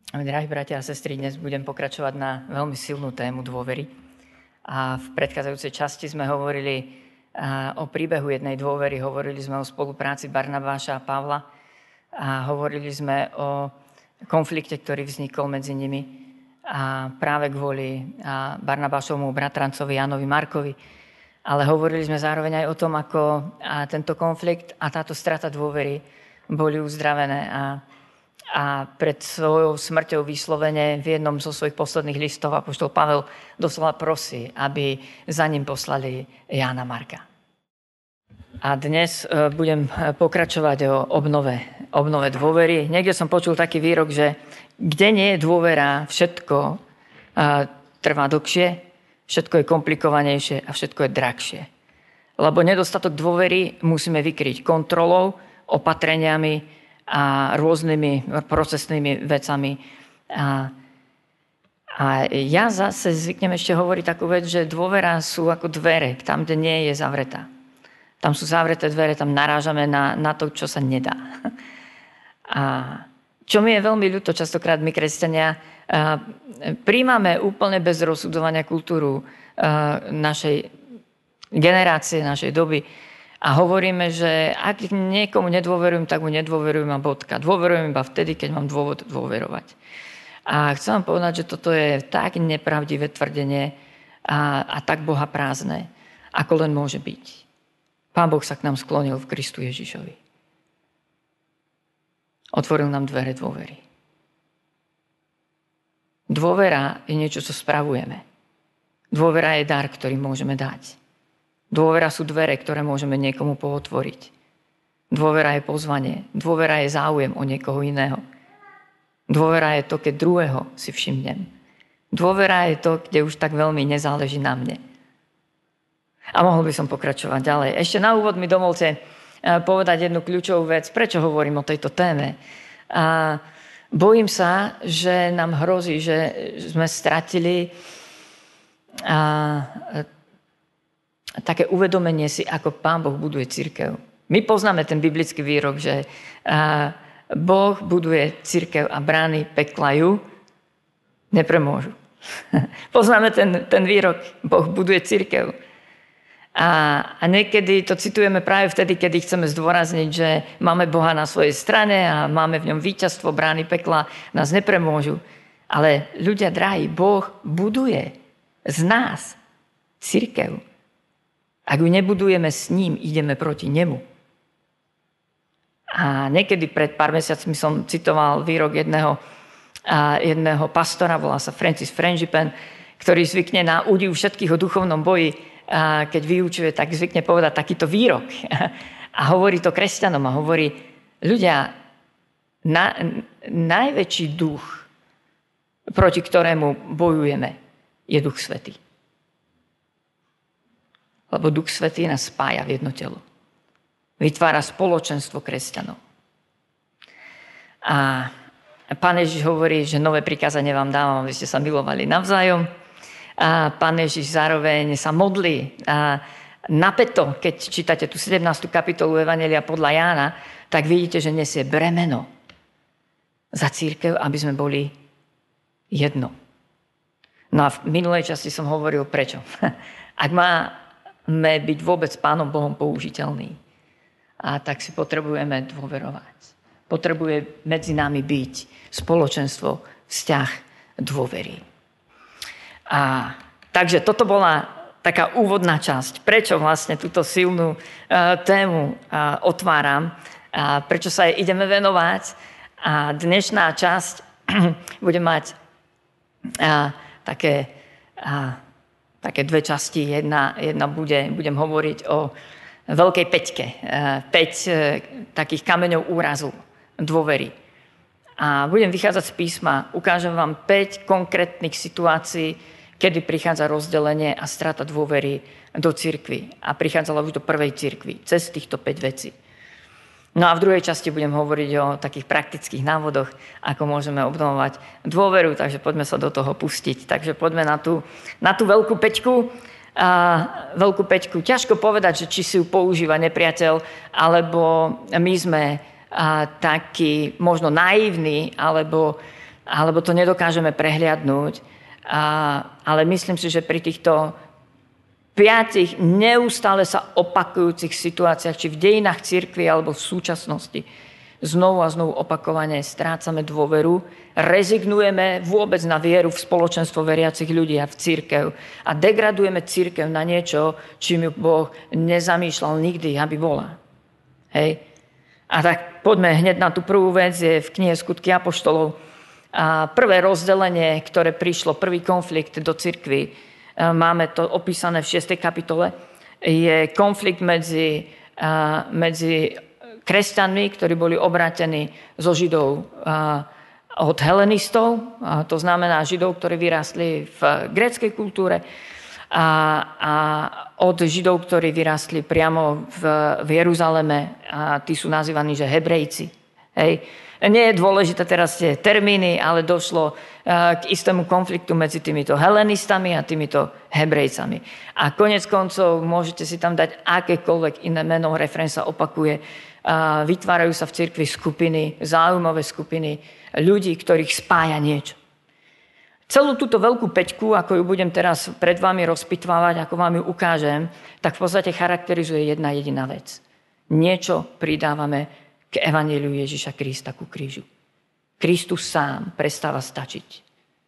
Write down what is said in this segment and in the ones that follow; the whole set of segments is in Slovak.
Drahí bratia a sestry, dnes budem pokračovať na veľmi silnú tému dôvery. A v predchádzajúcej časti sme hovorili o príbehu jednej dôvery, hovorili sme o spolupráci Barnabáša a Pavla a hovorili sme o konflikte, ktorý vznikol medzi nimi a práve kvôli Barnabášovmu bratrancovi Jánovi Markovi. Ale hovorili sme zároveň aj o tom, ako tento konflikt a táto strata dôvery boli uzdravené a pred svojou smrťou vyslovene v jednom zo svojich posledných listov apoštol Pavel doslova prosí, aby za ním poslali Jána Marka. A dnes budem pokračovať o obnove dôvery. Niekde som počul taký výrok, že kde nie je dôvera, všetko trvá dlhšie, všetko je komplikovanejšie a všetko je drahšie. Lebo nedostatok dôvery musíme vykryť kontrolou, opatreniami a rôznymi procesnými vecami. A ja zase zvyknem ešte hovoriť takú vec, že dôvera sú ako dvere, tam, kde nie je zavretá. Tam sú zavreté dvere, tam narážame na to, čo sa nedá. A čo mi je veľmi ľúto, častokrát my, kresťania, príjmame úplne bez rozsudovania kultúru našej generácie, našej doby. A hovoríme, že ak niekomu nedôverujem, tak mu nedôverujem a bodka. Dôverujem iba vtedy, keď mám dôvod dôverovať. A chcem vám povedať, že toto je tak nepravdivé tvrdenie a tak Boha prázdne, ako len môže byť. Pán Boh sa k nám sklonil v Kristu Ježišovi. Otvoril nám dvere dôvery. Dôvera je niečo, čo spravujeme. Dôvera je dar, ktorý môžeme dať. Dôvera sú dvere, ktoré môžeme niekomu pootvoriť. Dôvera je pozvanie. Dôvera je záujem o niekoho iného. Dôvera je to, keď druhého si všimnem. Dôvera je to, kde už tak veľmi nezáleží na mne. A mohol by som pokračovať ďalej. Ešte na úvod mi dovolte povedať jednu kľúčovú vec. Prečo hovorím o tejto téme? Bojím sa, že nám hrozí, že sme stratili také uvedomenie si, ako Pán Boh buduje cirkev. My poznáme ten biblický výrok, že Boh buduje cirkev a brány pekla ju nepremôžu. Poznáme ten výrok, Boh buduje cirkev. A niekedy to citujeme práve vtedy, kedy chceme zdôrazniť, že máme Boha na svojej strane a máme v ňom víťazstvo, brány pekla nás nepremôžu. Ale ľudia drahí, Boh buduje z nás cirkev. Ak ju nebudujeme s ním, ideme proti nemu. A niekedy pred pár mesiacmi som citoval výrok jedného pastora, volá sa Francis Frangipane, ktorý zvykne na údiv všetkých o duchovnom boji, keď vyučuje, tak zvykne povedať takýto výrok. A hovorí to kresťanom a hovorí, ľudia, najväčší duch, proti ktorému bojujeme, je Duch Svätý. Lebo Duch Svätý nás spája v jedno telo. Vytvára spoločenstvo kresťanov. A Pán Ježiš hovorí, že nové prikázanie vám dávam, aby ste sa milovali navzájom. A Pán Ježiš zároveň sa modlí napäto, keď čítate tú 17. kapitolu Evanjelia podľa Jána, tak vidíte, že nesie bremeno za cirkev, aby sme boli jedno. No a v minulej časti som hovoril prečo. Ak máme byť vôbec Pánom Bohom použiteľný, tak si potrebujeme dôverovať. Potrebuje medzi nami byť spoločenstvo, vzťah dôvery. Takže toto bola taká úvodná časť. Prečo vlastne túto silnú tému otváram? Prečo sa jej ideme venovať? A dnešná časť bude mať také dve časti. Jedna budem hovoriť o Veľkej Peťke. 5 takých kameňov úrazu dôvery. A budem vychádzať z písma. Ukážem vám 5 konkrétnych situácií, kedy prichádza rozdelenie a strata dôvery do cirkvi. A prichádzala už do prvej cirkvi cez týchto 5 vecí. No a v druhej časti budem hovoriť o takých praktických návodoch, ako môžeme obnovovať dôveru, takže poďme sa do toho pustiť. Takže poďme na tú Veľkú Peťku. Veľkú Peťku. Ťažko povedať, že či si ju používa nepriateľ, alebo my sme takí možno naivní, alebo alebo to nedokážeme prehliadnúť. Ale myslím si, že pri týchto 5 neustále sa opakujúcich situáciách, či v dejinách cirkvi alebo v súčasnosti, znovu a znovu opakovane strácame dôveru, rezignujeme vôbec na vieru v spoločenstvo veriacich ľudí a v cirkev a degradujeme cirkev na niečo, čím ju Boh nezamýšľal nikdy, aby bola. Hej? A tak poďme hneď na tú prvú vec, je v knihe Skutky apoštolov. A prvé rozdelenie, ktoré prišlo, prvý konflikt do cirkvi, máme to opísané v 6. kapitole, je konflikt medzi kresťanmi, ktorí boli obrátení zo Židov od helenistov, to znamená Židov, ktorí vyrástli v gréckej kultúre, a od Židov, ktorí vyrástli priamo v Jeruzaleme, a tí sú nazývaní, že Hebrejci. Hej. Nie je dôležité teraz tie termíny, ale došlo k istému konfliktu medzi týmito helenistami a týmito Hebrejcami. A konec koncov môžete si tam dať akékoľvek iné meno, refrén sa opakuje. Vytvárajú sa v cirkvi skupiny, záujmové skupiny ľudí, ktorých spája niečo. Celú túto veľkú peťku, ako ju budem teraz pred vami rozpitvávať, ako vám ju ukážem, tak v podstate charakterizuje jedna jediná vec. Niečo pridávame k evanjeliu Ježiša Krista, ku krížu. Kristus sám prestáva stačiť.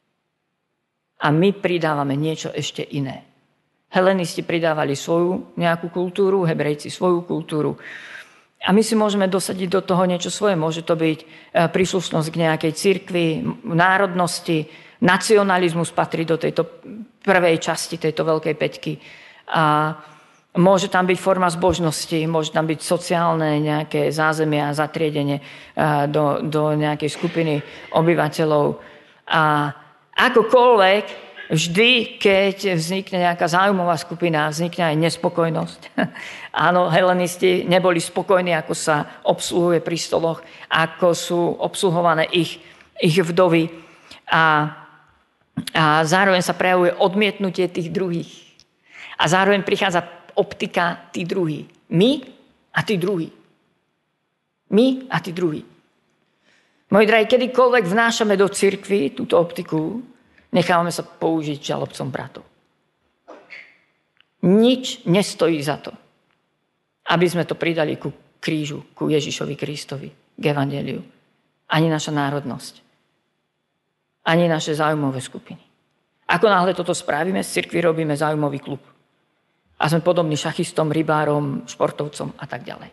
A my pridávame niečo ešte iné. Helenisti pridávali svoju nejakú kultúru, Hebrejci svoju kultúru. A my si môžeme dosadiť do toho niečo svoje. Môže to byť príslušnosť k nejakej cirkvi, národnosti, nacionalizmus patrí do tejto prvej časti, tejto veľkej peťky. A môže tam byť forma zbožnosti, môže tam byť sociálne nejaké zázemie a zatriedenie do nejakej skupiny obyvateľov. A akokoľvek, vždy, keď vznikne nejaká záujmová skupina, vznikne aj nespokojnosť. Áno, helenisti neboli spokojní, ako sa obsluhuje pri stoloch, ako sú obsluhované ich vdovy. A zároveň sa prejavuje odmietnutie tých druhých. A zároveň prichádza optika tí druhí. My a tí druhí. My a tí druhí. Moji drahí, kedykoľvek vnášame do cirkvi túto optiku, nechávame sa použiť žalobcom bratov. Nič nestojí za to, aby sme to pridali ku krížu, ku Ježišovi Kristovi, k evanjeliu. Ani naša národnosť. Ani naše záujmové skupiny. Ako náhle toto spravíme, z cirkvi robíme záujmový klub. A sme podobní šachistom, rybárom, športovcom a tak ďalej.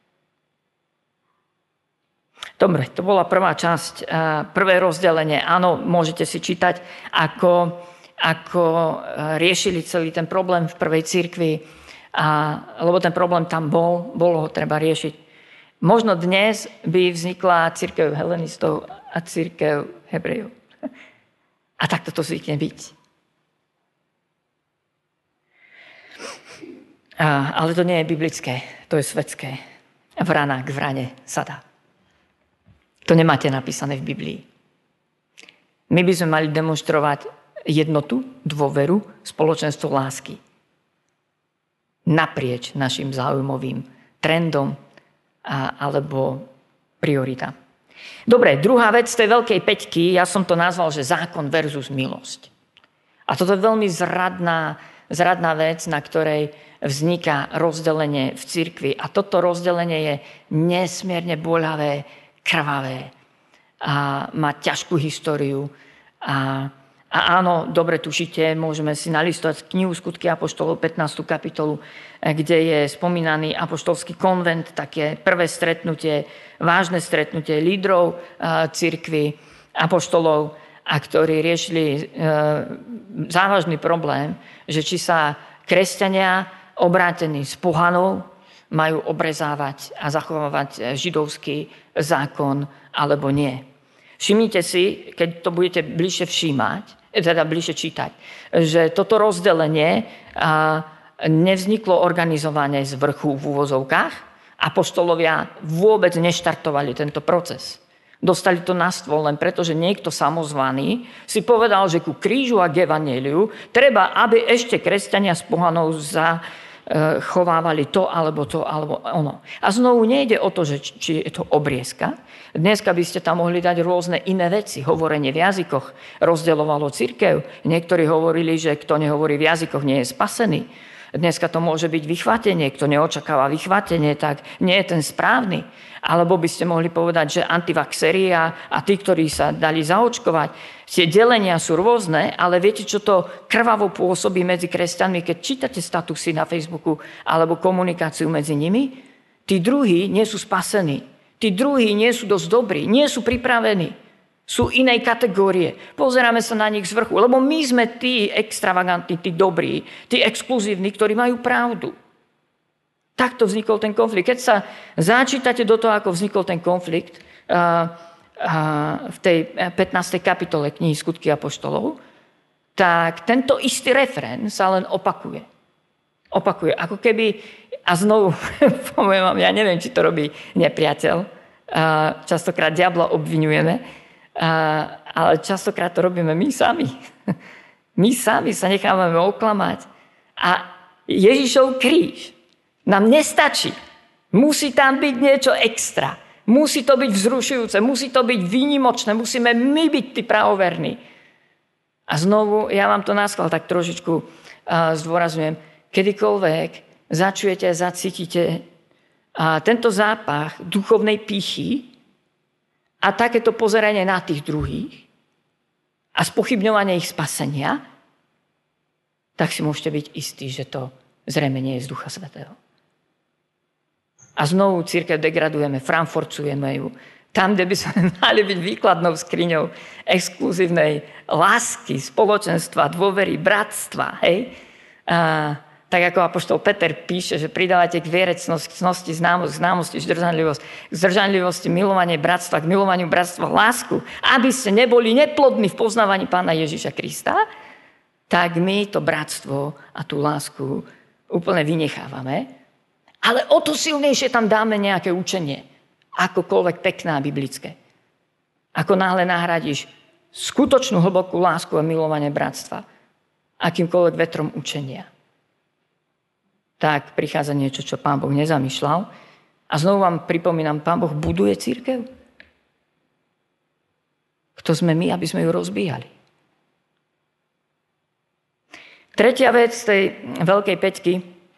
Dobre, to bola prvá časť, prvé rozdelenie. Áno, môžete si čítať, ako riešili celý ten problém v prvej cirkvi, lebo ten problém tam bolo ho treba riešiť. Možno dnes by vznikla cirkev helenistov a cirkev Hebrejov. A takto to zvykne byť. Ale to nie je biblické, to je svetské. Vrana k vrane sa dá. To nemáte napísané v Biblii. My by sme mali demonštrovať jednotu, dôveru, spoločenstvo lásky. Naprieč našim záujmovým trendom alebo prioritám. Dobre, druhá vec tej veľkej peťky, ja som to nazval, že zákon versus milosť. A toto je veľmi zradná vec, na ktorej vzniká rozdelenie v cirkvi. A toto rozdelenie je nesmierne boľavé, krvavé a má ťažkú históriu. A áno, dobre tušíte, môžeme si nalistovať knihu Skutky apoštolov 15. kapitolu, kde je spomínaný apoštolský konvent, také prvé stretnutie, vážne stretnutie lídrov cirkvi, apoštolov, a ktorí riešili závažný problém, že či sa kresťania obrátení z pohanov majú obrezávať a zachovávať židovský zákon alebo nie. Všimnite si, keď to budete bližšie bližšie čítať, že toto rozdelenie nevzniklo organizovane z vrchu v úvozovkách. Apoštolovia vôbec neštartovali tento proces. Dostali to na stôl len preto, že niekto samozvaný si povedal, že ku krížu a k evanjeliu treba, aby ešte kresťania z pohanov chovávali to, alebo ono. A znovu nejde o to, že či je to obriezka. Dneska by ste tam mohli dať rôzne iné veci. Hovorenie v jazykoch rozdeľovalo cirkev. Niektorí hovorili, že kto nehovorí v jazykoch, nie je spasený. Dneska to môže byť vychvátenie. Kto neočakáva vychvátenie, tak nie je ten správny. Alebo by ste mohli povedať, že antivaxeri a tí, ktorí sa dali zaočkovať, tie delenia sú rôzne, ale viete, čo to krvavo pôsobí medzi kresťanmi, keď čítate statusy na Facebooku alebo komunikáciu medzi nimi? Tí druhí nie sú spasení. Tí druhí nie sú dosť dobrí, nie sú pripravení. Sú inej kategórie. Pozeráme sa na nich z vrchu, lebo my sme tí extravagantní, tí dobrí, tí exkluzívni, ktorí majú pravdu. Takto vznikol ten konflikt. Keď sa začítate do toho, ako vznikol ten konflikt v tej 15. kapitole knihy Skutky apoštolov, tak tento istý refrén sa len opakuje. Opakuje. Ako keby, a znovu poviem vám, ja neviem, či to robí nepriateľ. Častokrát diabla obviňujeme, ale častokrát to robíme my sami. My sami sa nechávame oklamať. A Ježišov kríž nám nestačí. Musí tam byť niečo extra. Musí to byť vzrušujúce, musí to byť výnimočné, musíme my byť tí pravoverní. A znovu, ja vám to naschvál tak trošičku zdôrazňujem, kedykoľvek začujete a zacítite tento zápach duchovnej pýchy a takéto pozeranie na tých druhých a spochybňovanie ich spasenia, tak si môžete byť istí, že to zrejme nie je z Ducha Svätého. A znovu cirkev degradujeme, frankfurtujeme ju. Tam, kde by sme mali byť výkladnou skriňou exkluzívnej lásky, spoločenstva, dôvery, bratstva. Hej? Tak ako apoštol Peter píše, že pridávate k viere cnosti, známosti, zdržanlivosť, milovanie bratstva, k milovaniu bratstva lásku, aby ste neboli neplodní v poznávaní Pána Ježiša Krista, tak my to bratstvo a tú lásku úplne vynechávame. Ale o to silnejšie tam dáme nejaké učenie. Akokoľvek pekné a biblické. Ako náhle nahradíš skutočnú hlbokú lásku a milovanie bratstva akýmkoľvek vetrom učenia, tak prichádza niečo, čo Pán Boh nezamýšľal. A znovu vám pripomínam, Pán Boh buduje cirkev. Kto sme my, aby sme ju rozbíjali? Tretia vec tej Veľkej päťky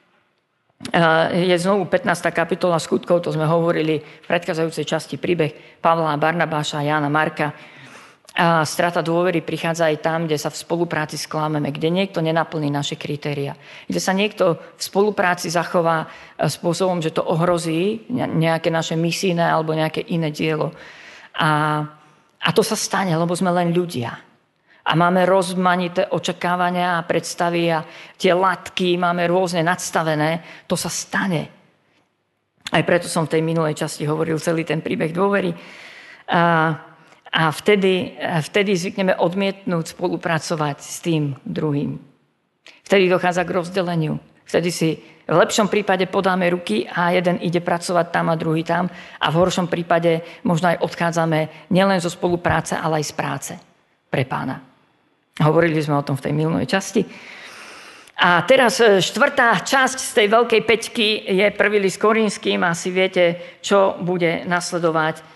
je znovu 15. kapitola Skutkov, to sme hovorili v predchádzajúcej časti príbeh Pavla, Barnabáša, Jána, Marka. A strata dôvery prichádza aj tam, kde sa v spolupráci sklámeme, kde niekto nenaplní naše kritéria, kde sa niekto v spolupráci zachová spôsobom, že to ohrozí nejaké naše misijné alebo nejaké iné dielo. A to sa stane, lebo sme len ľudia. A máme rozmanité očakávania a predstavy a tie latky máme rôzne nadstavené. To sa stane. Aj preto som v tej minulej časti hovoril celý ten príbeh dôvery. A vtedy zvykneme odmietnúť spolupracovať s tým druhým. Vtedy dochádza k rozdeleniu. Vtedy si v lepšom prípade podáme ruky a jeden ide pracovať tam a druhý tam. A v horšom prípade možno aj odchádzame nielen zo spolupráce, ale aj z práce pre Pána. Hovorili sme o tom v tej minulej časti. A teraz štvrtá časť z tej Veľkej päťky je prvý list Korinským. Asi viete, čo bude nasledovať.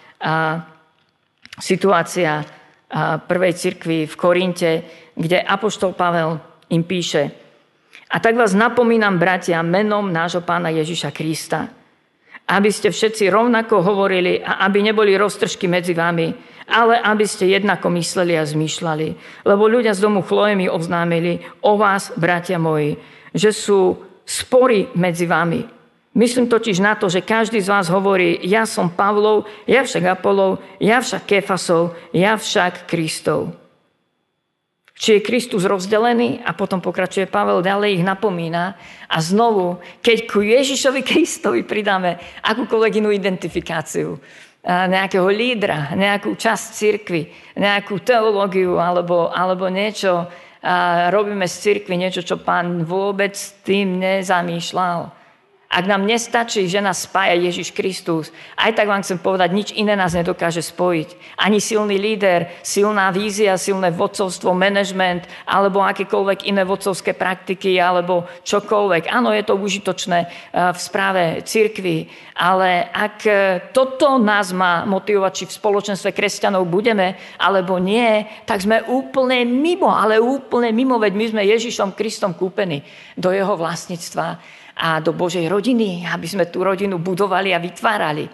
Situácia prvej cirkvi v Korinte, kde apoštol Pavel im píše: A tak vás napomínam, bratia, menom nášho Pána Ježiša Krista, aby ste všetci rovnako hovorili a aby neboli roztržky medzi vami, ale aby ste jednako mysleli a zmýšľali. Lebo ľudia z domu Chloe mi oznámili o vás, bratia moji, že sú spory medzi vami. Myslím totiž na to, že každý z vás hovorí: ja som Pavlov, ja však Apolov, ja však Kefasov, ja však Kristov. Či je Kristus rozdelený? A potom pokračuje Pavel, ďalej ich napomína. A znovu, keď ku Ježišovi Kristovi pridáme akúkoľvek inú identifikáciu, nejakého lídra, nejakú časť cirkvi, nejakú teológiu alebo niečo, robíme z cirkvi niečo, čo Pán vôbec tým nezamýšľal. Ak nám nestačí, že nás spája Ježiš Kristus, aj tak vám chcem povedať, nič iné nás nedokáže spojiť. Ani silný líder, silná vízia, silné vodcovstvo, manažment, alebo akékoľvek iné vodcovské praktiky, alebo čokoľvek. Áno, je to užitočné v správe cirkvi, ale ak toto nás má motivovať, či v spoločenstve kresťanov budeme, alebo nie, tak sme úplne mimo, ale úplne mimo, veď my sme Ježišom Kristom kúpení do jeho vlastníctva a do Božej rodiny, aby sme tú rodinu budovali a vytvárali.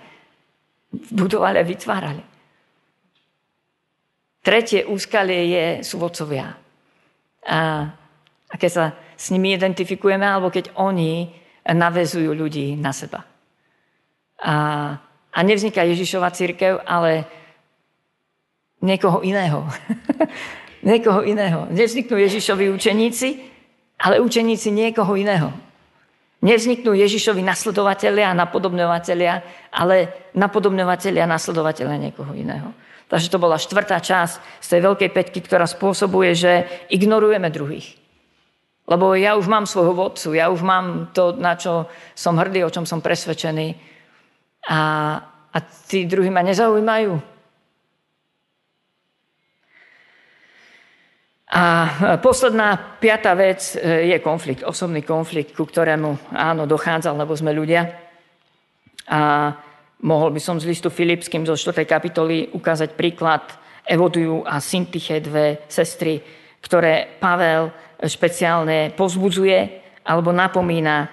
Tretie úskalie sú vodcovia. A keď sa s nimi identifikujeme, alebo keď oni naväzujú ľudí na seba. A nevzniká Ježišova cirkev, ale niekoho iného. Niekoho iného. Nevzniknú Ježišovi učeníci, ale učeníci niekoho iného. Nevzniknú Ježišovi nasledovatelia a napodobňovatelia, ale napodobňovatelia a nasledovatelia niekoho iného. Takže to bola 4. časť z tej veľkej päťky, ktorá spôsobuje, že ignorujeme druhých. Lebo ja už mám svojho vodcu, ja už mám to, na čo som hrdý, o čom som presvedčený. A tí druhí ma nezaujímajú. A posledná 5. vec je konflikt, osobný konflikt, ku ktorému áno, dochádzal, lebo sme ľudia. A mohol by som z listu Filipským zo 4. kapitoly ukázať príklad Evodiu a Syntyche, 2 sestry, ktoré Pavel špeciálne povzbudzuje alebo napomína.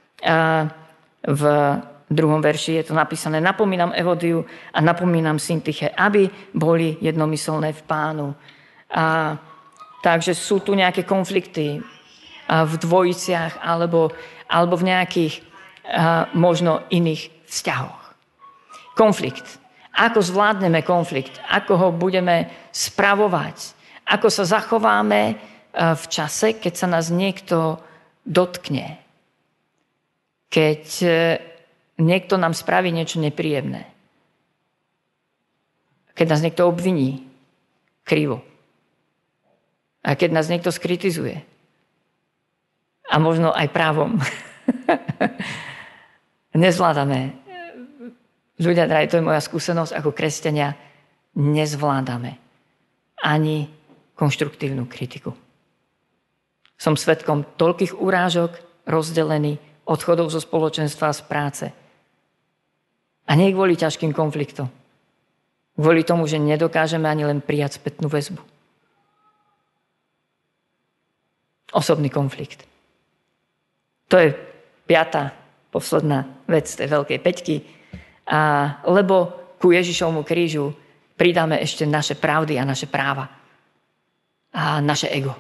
V 2. verši je to napísané: napomínam Evodiu a napomínam Syntyche, aby boli jednomyselné v Pánu. Takže sú tu nejaké konflikty v dvojiciach alebo v nejakých možno iných vzťahoch. Konflikt. Ako zvládneme konflikt? Ako ho budeme spravovať? Ako sa zachováme v čase, keď sa nás niekto dotkne? Keď niekto nám spraví niečo nepríjemné? Keď nás niekto obviní krivo? A keď nás niekto skritizuje. A možno aj právom. Nezvládame. Ľudia, drahí, to je moja skúsenosť ako kresťania. Nezvládame ani konštruktívnu kritiku. Som svedkom toľkých urážok, rozdelený, odchodov zo spoločenstva a z práce. A nie kvôli ťažkým konfliktom. Kvôli tomu, že nedokážeme ani len prijať spätnú väzbu. Osobný konflikt. To je 5. posledná vec tej veľkej päťky. Lebo ku Ježišovmu krížu pridáme ešte naše pravdy a naše práva. A naše ego.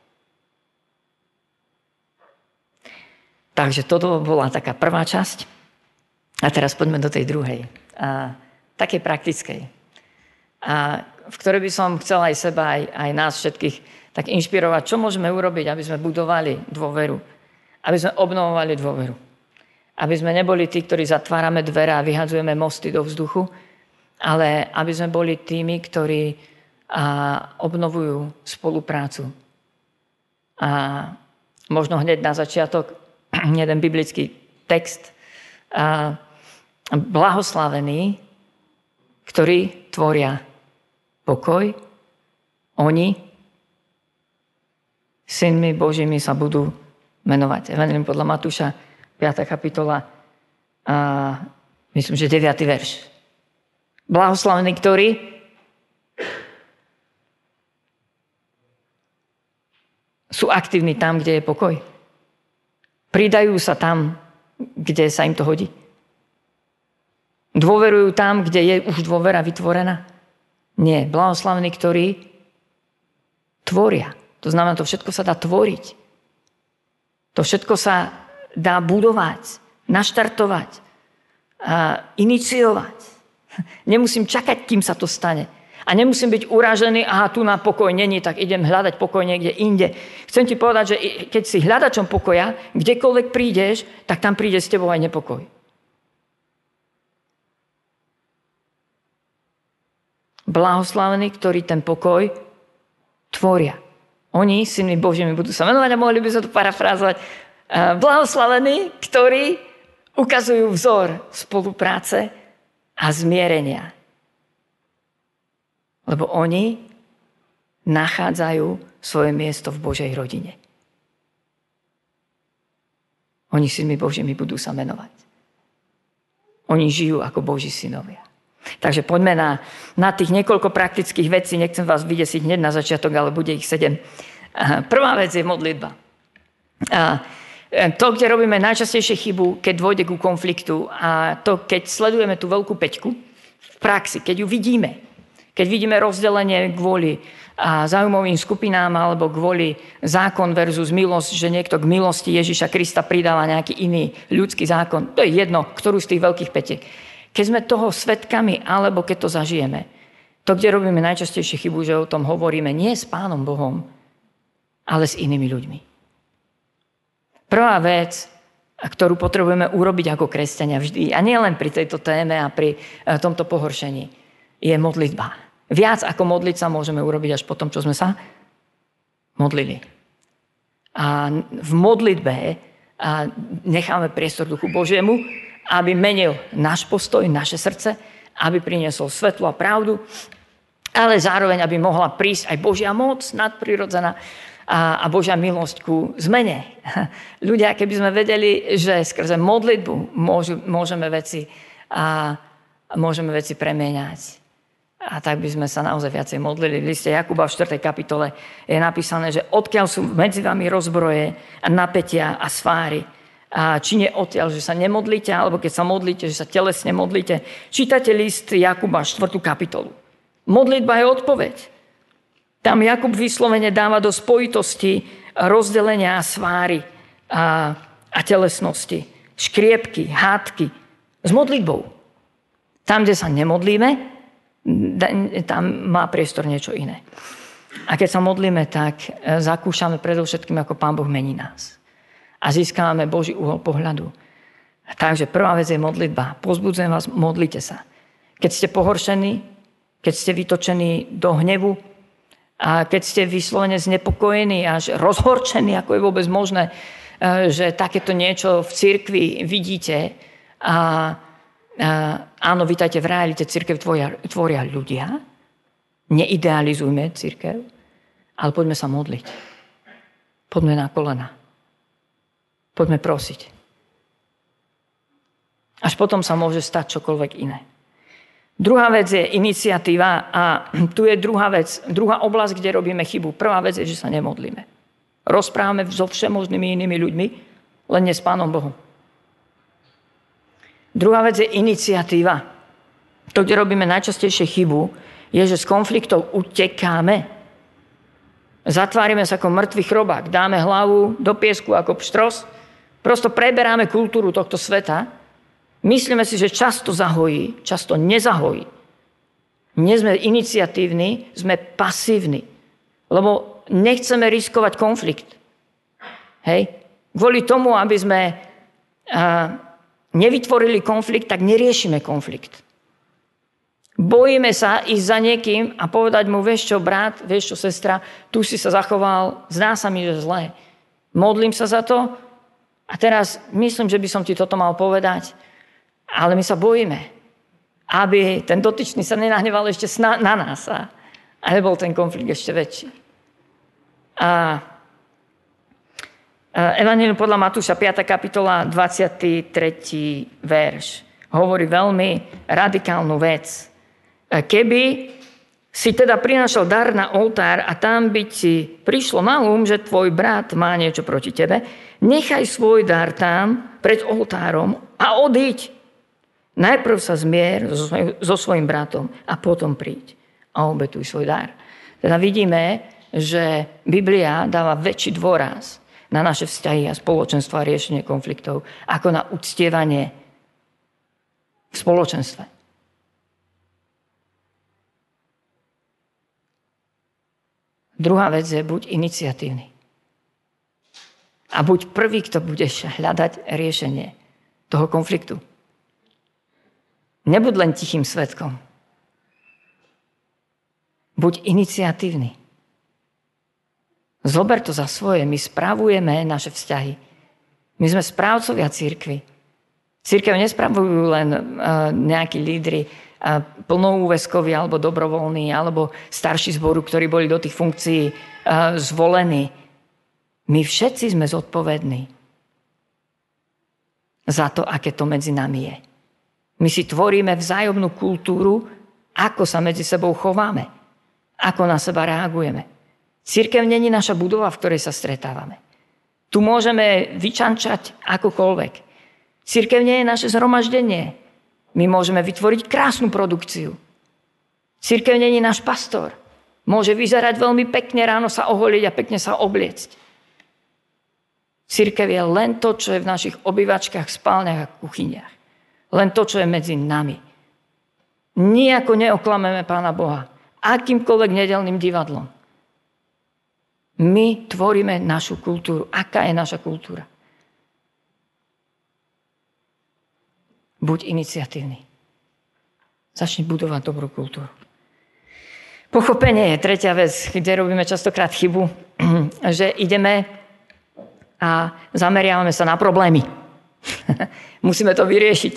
Takže toto bola taká prvá časť. A teraz poďme do tej druhej. Takej praktickej. V ktorej by som chcel aj seba, aj nás všetkých tak inšpirovať, čo môžeme urobiť, aby sme budovali dôveru. Aby sme obnovovali dôveru. Aby sme neboli tí, ktorí zatvárame dvere a vyhadzujeme mosty do vzduchu, ale aby sme boli tými, ktorí obnovujú spoluprácu. A možno hneď na začiatok jeden biblický text. Blahoslavení, ktorí tvoria pokoj, oni synmi Božími sa budú menovať. Evangelium podľa Matúša, 5. kapitola, myslím, že 9. verš. Blahoslavení, ktorí sú aktívni tam, kde je pokoj. Pridajú sa tam, kde sa im to hodí. Dôverujú tam, kde je už dôvera vytvorená. Nie, blahoslavení, ktorí tvoria. To znamená, to všetko sa dá tvoriť. To všetko sa dá budovať, naštartovať, iniciovať. Nemusím čakať, kým sa to stane. A nemusím byť uražený, tu na pokoj není, tak idem hľadať pokoj niekde inde. Chcem ti povedať, že keď si hľadačom pokoja, kdekoľvek prídeš, tak tam príde s tebou aj nepokoj. Blahoslavení, ktorí ten pokoj tvoria. Oni, synmi Božími, budú sa menovať a mohli by sa to parafrázovať. Blahoslavení, ktorí Ukazujú vzor spolupráce a zmierenia. Lebo oni nachádzajú svoje miesto v Božej rodine. Oni synmi Božími budú sa menovať. Oni žijú ako Boží synovia. Takže poďme na tých niekoľko praktických vecí. Nechcem vás vydesiť hneď na začiatok, ale bude ich 7. Prvá vec je modlitba. To, kde robíme najčastejšie chybu, keď dôjde ku konfliktu, a to, keď sledujeme tú veľkú päťku v praxi, keď ju vidíme, keď vidíme rozdelenie kvôli záujmovým skupinám alebo kvôli zákon versus milosť, že niekto k milosti Ježiša Krista pridáva nejaký iný ľudský zákon. To je jedno, ktorú z tých veľkých pätiek. Keď sme toho svedkami alebo keď to zažijeme, to, kde robíme najčastejšie chybu, že o tom hovoríme nie s Pánom Bohom, ale s inými ľuďmi. Prvá vec, ktorú potrebujeme urobiť ako kresťania vždy, a nie len pri tejto téme a pri tomto pohoršení, je modlitba. Viac ako modliť sa môžeme urobiť až po tom, čo sme sa modlili. A v modlitbe necháme priestor Duchu Božiemu, aby menil náš postoj, naše srdce, aby priniesol svetlo a pravdu, ale zároveň, aby mohla prísť aj Božia moc nadprirodzená a Božia milosť ku zmene. Ľudia, keby sme vedeli, že skrze modlitbu môžeme veci premieňať. A tak by sme sa naozaj viacej modlili. V liste Jakuba v 4. kapitole je napísané, že odkiaľ sú medzi vami rozbroje a napätia a sváry. A či nie odtiaľ, že sa nemodlíte, alebo keď sa modlíte, že sa telesne modlíte. Čítate list Jakuba 4. kapitolu. Modlitba je odpoveď. Tam Jakub vyslovene dáva do spojitosti rozdelenia sváry a telesnosti, škriepky, hádky s modlitbou. Tam, kde sa nemodlíme, tam má priestor niečo iné. A keď sa modlíme, tak zakúšame predovšetkým, ako Pán Boh mení nás. A získávame Boží uhol pohľadu. Takže prvá vec je modlitba. Pozbudzujem vás, modlite sa. Keď ste pohoršení, keď ste vytočení do hnevu, a keď ste vyslovene znepokojení, až rozhorčení, ako je vôbec možné, že takéto niečo v cirkvi vidíte, áno, vítajte v realite, cirkev tvoria ľudia. Neidealizujme cirkev, ale poďme sa modliť. Poďme na kolena. Poďme prosiť. Až potom sa môže stať čokoľvek iné. Druhá vec je iniciatíva a tu je druhá oblasť, kde robíme chybu. Prvá vec je, že sa nemodlíme. Rozprávame so všemožnými inými ľuďmi, len nie s Pánom Bohom. Druhá vec je iniciatíva. To, kde robíme najčastejšie chybu, je, že z konfliktov utekáme. Zatvárime sa ako mŕtvy chrobák. Dáme hlavu do piesku ako pštros. Prosto preberáme kultúru tohto sveta. Myslíme si, že často zahojí, často nezahojí. Nie sme iniciatívni, sme pasívni. Lebo nechceme riskovať konflikt. Hej? Kvôli tomu, aby sme nevytvorili konflikt, tak neriešime konflikt. Bojíme sa ísť za niekým a povedať mu, vieš čo, brat, vieš čo, sestra, tu si sa zachoval, zdá sa mi, že zlé. Modlím sa za to a teraz myslím, že by som ti toto mal povedať, ale my sa bojíme, aby ten dotyčný sa nenahneval ešte na nás a nebol ten konflikt ešte väčší. Evanjelium podľa Matúša, 5. kapitola, 23. verš. Hovorí veľmi radikálnu vec. Keby si teda prinášal dar na oltár a tam by ti prišlo na že tvoj brat má niečo proti tebe, nechaj svoj dar tam pred oltárom a odíď. Najprv sa zmier so svojím bratom a potom príď a obetuj svoj dar. Teda vidíme, že Biblia dáva väčší dôraz na naše vzťahy a spoločenstvo a riešenie konfliktov ako na uctievanie v spoločenstve. Druhá vec je, buď iniciatívny. A buď prvý, kto budeš hľadať riešenie toho konfliktu. Nebuď len tichým svedkom. Buď iniciatívny. Zober to za svoje. My spravujeme naše vzťahy. My sme správcovia cirkvi. Cirkev nespravujú len nejakí lídri plnoúväzkoví alebo dobrovoľní alebo starší zboru, ktorí boli do tých funkcií zvolení. My všetci sme zodpovední za to, aké to medzi nami je. My si tvoríme vzájomnú kultúru, ako sa medzi sebou chováme, ako na seba reagujeme. Cirkev není naša budova, v ktorej sa stretávame. Tu môžeme vyčančať akokoľvek. Cirkev nie je naše zhromaždenie. My môžeme vytvoriť krásnu produkciu. Cirkev nie je náš pastor. Môže vyzerať veľmi pekne, ráno sa oholiť a pekne sa obliecť. Cirkev je len to, čo je v našich obývačkách, spálniach a kuchyniach. Len to, čo je medzi nami. Nijako neoklameme Pána Boha. Akýmkoľvek nedeľným divadlom. My tvoríme našu kultúru. Aká je naša kultúra? Buď iniciatívny. Začni budovať dobrú kultúru. Pochopenie je tretia vec, kde robíme častokrát chybu, že ideme a zameriavame sa na problémy. Musíme to vyriešiť.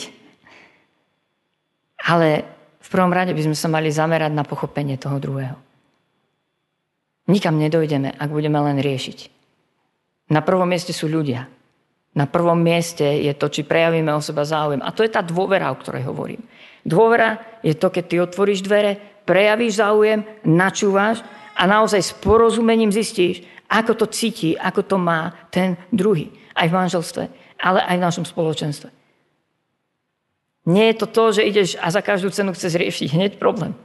Ale v prvom rade by sme sa mali zamerať na pochopenie toho druhého. Nikam nedojdeme, ak budeme len riešiť. Na prvom mieste sú ľudia. Na prvom mieste je to, či prejavíme o seba záujem. A to je tá dôvera, o ktorej hovorím. Dôvera je to, keď ty otvoríš dvere, prejavíš záujem, načúvaš a naozaj s porozumením zistíš, ako to cíti, ako to má ten druhý. Aj v manželstve, ale aj v našom spoločenstve. Nie je to to, že ideš a za každú cenu chceš riešiť hneď problém.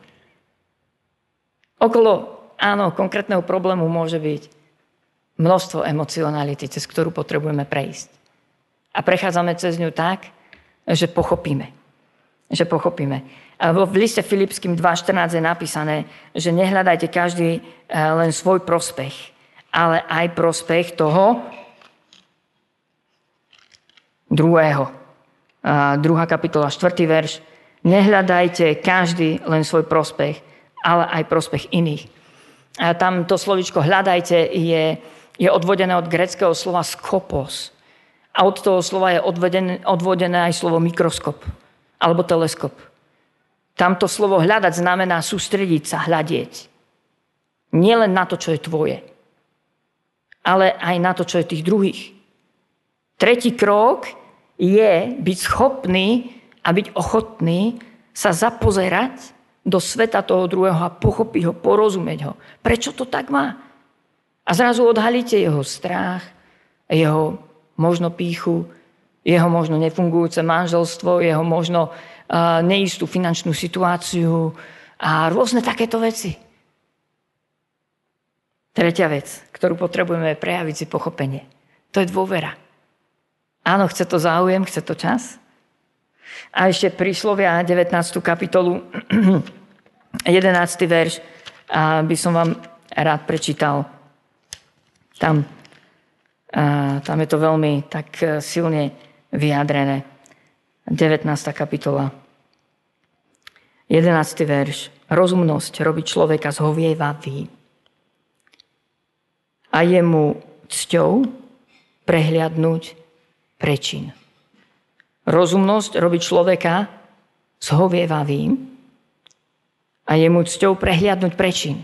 Okolo, áno, konkrétneho problému môže byť množstvo emocionality, cez ktorú potrebujeme prejsť. A prechádzame cez ňu tak, že pochopíme. A v liste Filipským 2.14 je napísané, že nehľadajte každý len svoj prospech, ale aj prospech toho druhého. 2. kapitola, 4. verš. Nehľadajte každý len svoj prospech, ale aj prospech iných. A tam to slovičko hľadajte je odvodené od gréckeho slova skopos. A od toho slova je odvodené aj slovo mikroskop alebo teleskop. Tamto slovo hľadať znamená sústrediť sa, hľadieť. Nie len na to, čo je tvoje, ale aj na to, čo je tých druhých. Tretí krok je byť schopný a byť ochotný sa zapozerať do sveta toho druhého a pochopiť ho, porozumieť ho. Prečo to tak má? A zrazu odhalíte jeho strach, jeho možno pýchu, jeho možno nefungujúce manželstvo, jeho možno neistú finančnú situáciu a rôzne takéto veci. Tretia vec, ktorú potrebujeme prejaviť si pochopenie. To je dôvera. Áno, chce to záujem, chce to čas. A ešte Príslovia 19. kapitolu 11. verš by som vám rád prečítal. Tam je to veľmi tak silne vyjadrené. 19. kapitola. 11. verš. Rozumnosť robí človeka zhovievavý a je mu cťou prehliadnúť prečin. Rozumnosť robí človeka zhovievavým a je mu cťou prehliadnúť prečin.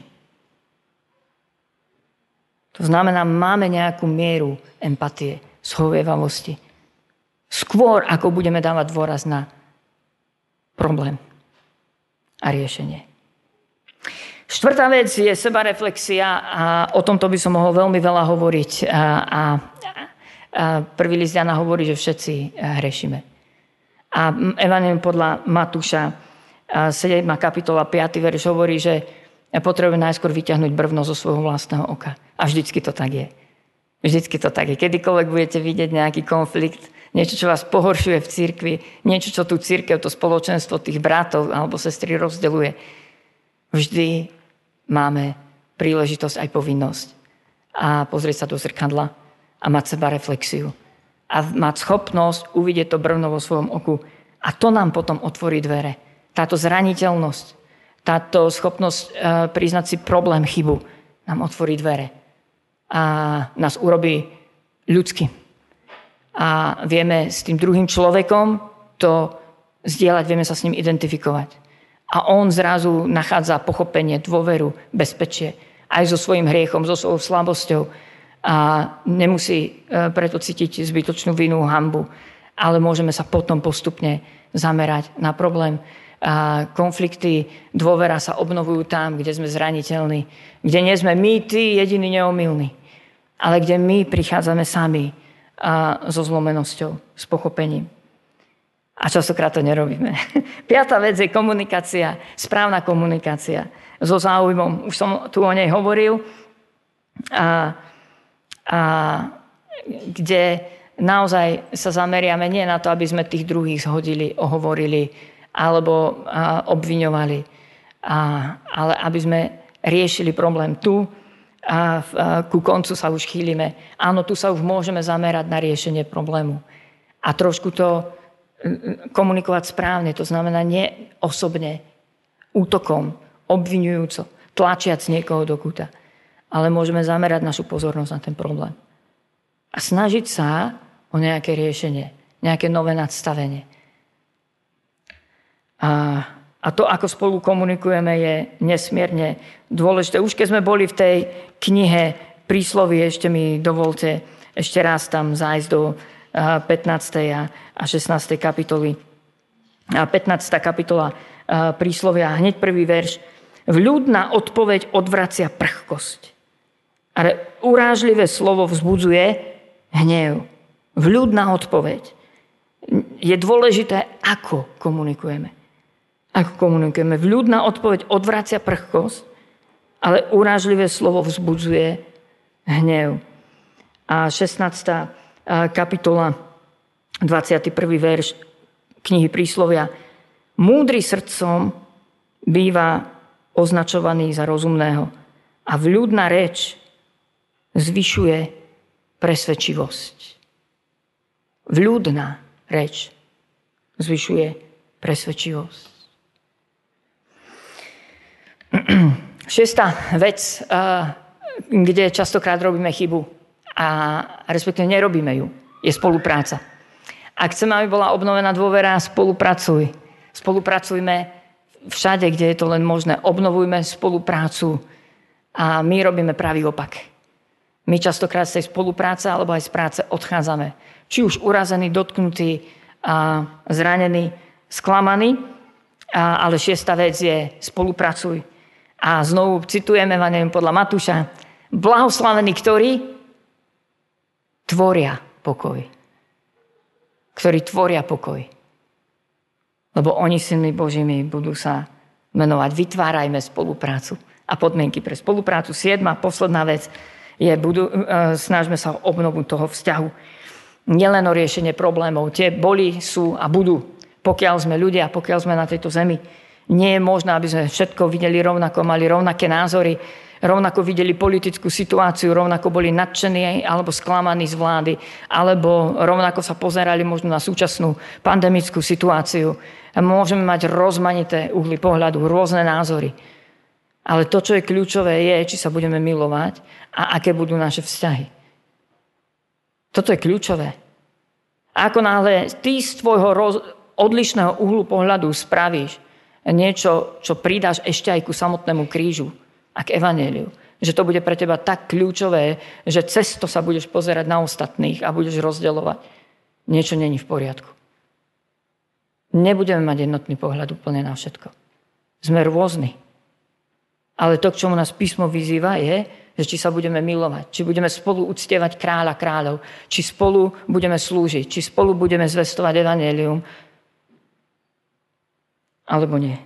To znamená, máme nejakú mieru empatie, zhovievavosti. Skôr, ako budeme dávať dôraz na problém a riešenie. Štvrtá vec je sebareflexia a o tomto by som mohol veľmi veľa hovoriť. A prvý list Jana hovorí, že všetci hrešíme. A Evangelium podľa Matúša 7. kapitola 5. verš hovorí, že potrebujeme najskôr vyťahnuť brvno zo svojho vlastného oka. A vždycky to tak je. Vždycky to tak je. Kedykoľvek budete vidieť nejaký konflikt, niečo, čo vás pohoršuje v cirkvi, niečo, čo tú cirkev, to spoločenstvo tých bratov alebo sestry rozdeľuje, vždy máme príležitosť aj povinnosť a pozrieť sa do zrkadla a mať seba reflexiu. A mať schopnosť uvidieť to brvno vo svojom oku. A to nám potom otvorí dvere. Táto zraniteľnosť, táto schopnosť priznať si problém, chybu, nám otvorí dvere. A nás urobí ľudským. a vieme s tým druhým človekom to zdieľať, vieme sa s ním identifikovať. A on zrazu nachádza pochopenie, dôveru, bezpečie aj so svojím hriechom, so svojou slabosťou a nemusí preto cítiť zbytočnú vinu, hanbu, ale môžeme sa potom postupne zamerať na problém. A konflikty, dôvera sa obnovujú tam, kde sme zraniteľní, kde nie sme my, tí jediní neomylní, ale kde my prichádzame sami so zlomenosťou, s pochopením. A častokrát to nerobíme. Piatá vec je komunikácia, správna komunikácia so záujmom. Už som tu o nej hovoril. A kde naozaj sa zameriame nie na to, aby sme tých druhých zhodili, ohovorili alebo obviňovali, ale aby sme riešili problém tu a ku koncu sa už chýlime. Áno, tu sa už môžeme zamerať na riešenie problému. A trošku to komunikovať správne, to znamená nie osobne, útokom, obviňujúco, tlačiac niekoho do kúta, ale môžeme zamerať našu pozornosť na ten problém. A snažiť sa o nejaké riešenie, nejaké nové nadstavenie. A to, ako spolu komunikujeme, je nesmierne dôležité. Už keď sme boli v tej knihe Príslovie, ešte mi dovolte ešte raz tam zájsť do 15. a 16. kapitoly. 15. kapitola Príslovia, hneď prvý verš. Vľúdna odpoveď odvracia prchkosť, ale urážlivé slovo vzbudzuje hnev. Vľúdna odpoveď. Je dôležité, ako komunikujeme. Ako komunikujeme. Vľúdna odpoveď odvracia prchkosť, ale urážlivé slovo vzbudzuje hnev. A 16. kapitola, 21. verš knihy Príslovia. Múdry srdcom býva označovaný za rozumného a vľúdna reč zvyšuje presvedčivosť. Vľúdna reč zvyšuje presvedčivosť. Šiesta vec, kde častokrát robíme chybu a respektíve nerobíme ju, je spolupráca. Ak chceme, aby bola obnovená dôvera, spolupracujme všade, kde je to len možné. Obnovujme spoluprácu a my robíme pravý opak. My častokrát z tej spolupráce alebo aj z práce odchádzame. Či už urazení, dotknutí, zranení, sklamaní, ale šiesta vec je spolupracuj. A znovu citujeme podľa Matúša. Blahoslavení, ktorí tvoria pokoj. Ktorí tvoria pokoj. Lebo oni synmi Božími budú sa menovať. Vytvárajme spoluprácu a podmienky pre spoluprácu. 7. posledná vec je, snažme sa o obnovu toho vzťahu. Nielen o riešenie problémov. Tie boli, sú a budú. Pokiaľ sme ľudia, pokiaľ sme na tejto zemi, nie je možné, aby sme všetko videli rovnako, mali rovnaké názory, rovnako videli politickú situáciu, rovnako boli nadšení alebo sklamaní z vlády, alebo rovnako sa pozerali možno na súčasnú pandemickú situáciu. A môžeme mať rozmanité uhly pohľadu, rôzne názory. Ale to, čo je kľúčové, je, či sa budeme milovať a aké budú naše vzťahy. Toto je kľúčové. A ako náhle ty z tvojho odlišného uhlu pohľadu spravíš niečo, čo pridáš ešte aj ku samotnému krížu a k evanjeliu, že to bude pre teba tak kľúčové, že cez to sa budeš pozerať na ostatných a budeš rozdeľovať. Niečo není v poriadku. Nebudeme mať jednotný pohľad úplne na všetko. Sme rôzni. Ale to, k čomu nás písmo vyzýva, je, že či sa budeme milovať, či budeme spolu uctievať kráľa kráľov, či spolu budeme slúžiť, či spolu budeme zvestovať evanjelium, alebo nie.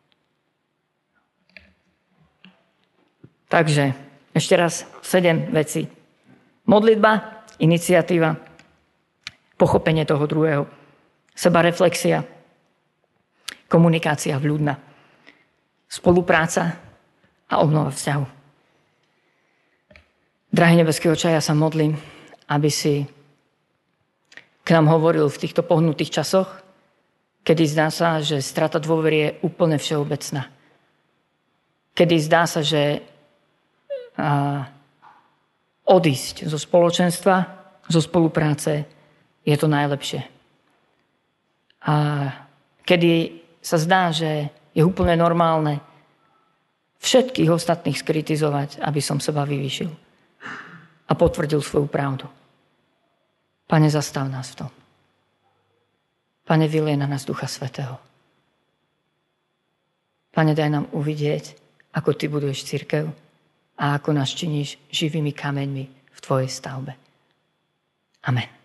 Takže, ešte raz 7 vecí. Modlitba, iniciatíva, pochopenie toho druhého, sebareflexia, komunikácia vľúdna, spolupráca a obnova vzťahu. Drahý nebeský Otče, ja sa modlím, aby si k nám hovoril v týchto pohnutých časoch, kedy zdá sa, že strata dôvery je úplne všeobecná. Kedy zdá sa, že odísť zo spoločenstva, zo spolupráce je to najlepšie. A kedy sa zdá, že je úplne normálne všetkých ostatných skritizovať, aby som seba vyvýšil a potvrdil svoju pravdu. Pane, zastav nás v tom. Pane, vylej na nás Ducha Svätého. Pane, daj nám uvidieť, ako Ty buduješ cirkev a ako nás činíš živými kameňmi v Tvojej stavbe. Amen.